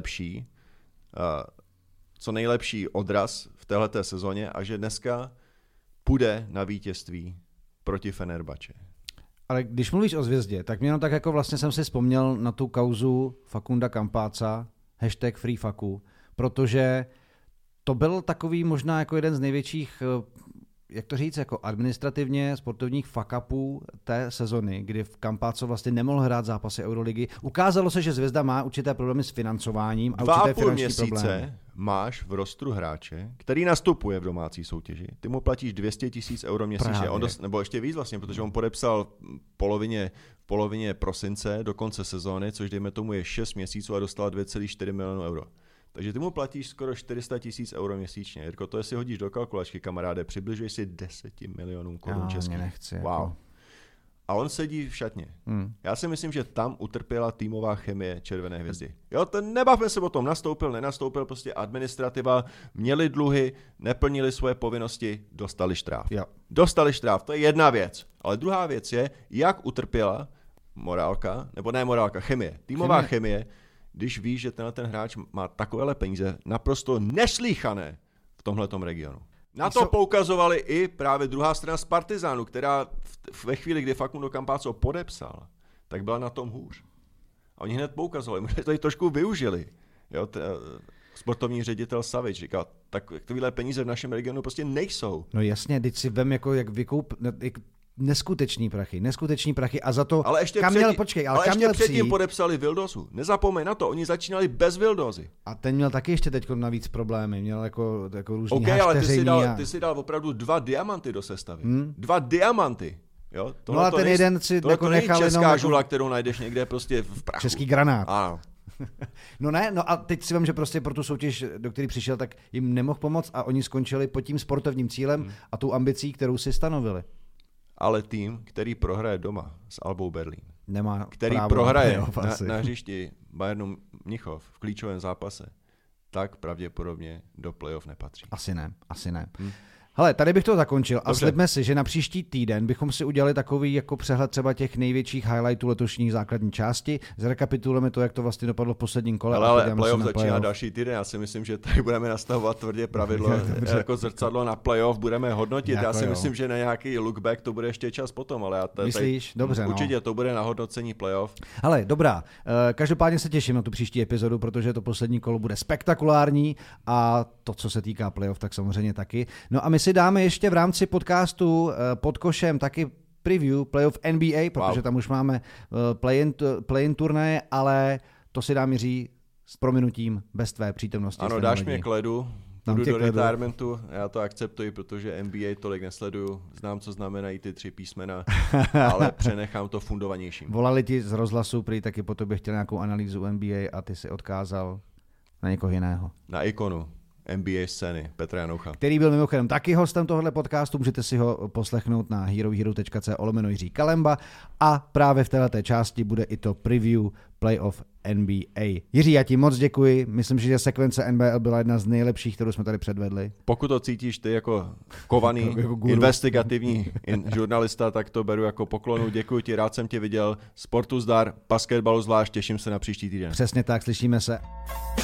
nejlepší odraz v téhleté sezóně a že dneska půjde na vítězství proti Fenerbahce. Ale když mluvíš o Zvězdě, tak mě jenom tak jako vlastně jsem si vzpomněl na tu kauzu Fakunda Campazza, #FreeFaku, protože to byl takový možná jako jeden z největších jak to říct, jako administrativně sportovních fuck-upů té sezony, kdy v Campazzo vlastně nemohl hrát zápasy Euroligy. Ukázalo se, že Zvezda má určité problémy s financováním a určité finanční problémy. Máš v rostru hráče, který nastupuje v domácí soutěži. Ty mu platíš 200 000 euro měsíčně, nebo ještě víc vlastně, protože on podepsal v polovině prosince do konce sezóny, což dejme tomu je 6 měsíců a dostal 2,4 milionu euro. Takže ty mu platíš skoro 400 000 euro měsíčně. Jirko, to jestli hodíš do kalkulačky, kamaráde, přibližuješ si 10 milionům korun českých. Nechci. Wow. Jako. A on sedí v šatně. Já si myslím, že tam utrpěla týmová chemie Červené hvězdy. Jo, nebavme se o tom, nenastoupil, prostě administrativa, měli dluhy, neplnili svoje povinnosti, dostali štráv. Jo. Dostali štráv, to je jedna věc. Ale druhá věc je, jak utrpěla morálka, nebo ne morálka, chemie, týmová chemie, když víš, že ten hráč má takovéhle peníze naprosto neslýchané v tomhletom regionu. Na to poukazovali i právě druhá strana z Partizánu, která ve chvíli, kdy Facundo Campazzo podepsal, tak byla na tom hůř. A oni hned poukazovali, možná to trošku využili. Jo, sportovní ředitel Savič říkal, takovéhle peníze v našem regionu prostě nejsou. No jasně, teď si vem jako jak neskutečný prachy a za to, ale ještě předtím podepsali Vildosu. Nezapomeň na to, oni začínali bez Vildozy. A ten měl taky ještě teď navíc problémy, měl jako různý okay, ale ty si dal opravdu 2 diamanty do sestavy. 2 diamanty. Jo? No a ten jeden si jako nechal jenom... česká jako... žula, kterou najdeš někde prostě v prachu. Český granát. Ano. No a teď si vím, že prostě pro tu soutěž, do který přišel, tak jim nemohl pomoct a oni skončili pod tím sportovním cílem a tou ambicí, kterou si stanovili. Ale tým, který prohraje doma s Albou Berlín, nemá který prohraje na hřišti Bayernu Mnichov v klíčovém zápase, tak pravděpodobně do playoff nepatří. Asi ne. Hele, tady bych to zakončil. Dobře. A slibme si, že na příští týden bychom si udělali takový jako přehled třeba těch největších highlightů letošní základní části. Zrekapitulujeme to, jak to vlastně dopadlo v posledním kole. Ale playoff začíná další týden. Já si myslím, že tady budeme nastavovat tvrdě pravidlo jako zrcadlo na playoff, budeme hodnotit. Já si myslím, že na nějaký look back to bude ještě čas potom, ale myslíš? Dobře, určitě to bude na hodnocení playoff. Hele, dobrá. Každopádně se těším na tu příští epizodu, protože to poslední kolo bude spektakulární a to, co se týká playoff, tak samozřejmě taky. No a my si dáme ještě v rámci podcastu pod košem taky preview playoff NBA, protože tam už máme play-in turnaje, ale to si dám Jiří s prominutím bez tvé přítomnosti. Ano, dáš mě k ledu, půjdu do retirementu, já to akceptuji, protože NBA tolik nesleduju, znám, co znamenají ty 3 písmena, ale přenechám to fundovanějším. Volali ti z rozhlasu, prý taky po tobě chtěl nějakou analýzu NBA a ty si odkázal na někoho jiného. Na ikonu NBA scény Petra Janoucha. Který byl mimochodem taky hostem tohohle podcastu, můžete si ho poslechnout na herohero.co/Jiří Kalemba a právě v této části bude i to preview playoff NBA. Jiří, já ti moc děkuji, myslím, že sekvence NBL byla jedna z nejlepších, kterou jsme tady předvedli. Pokud to cítíš ty jako kovaný, jako investigativní žurnalista, tak to beru jako poklonu. Děkuji ti, rád jsem tě viděl. Sportu zdar, basketbalu zvlášť, těším se na příští týden. Přesně tak, slyšíme se.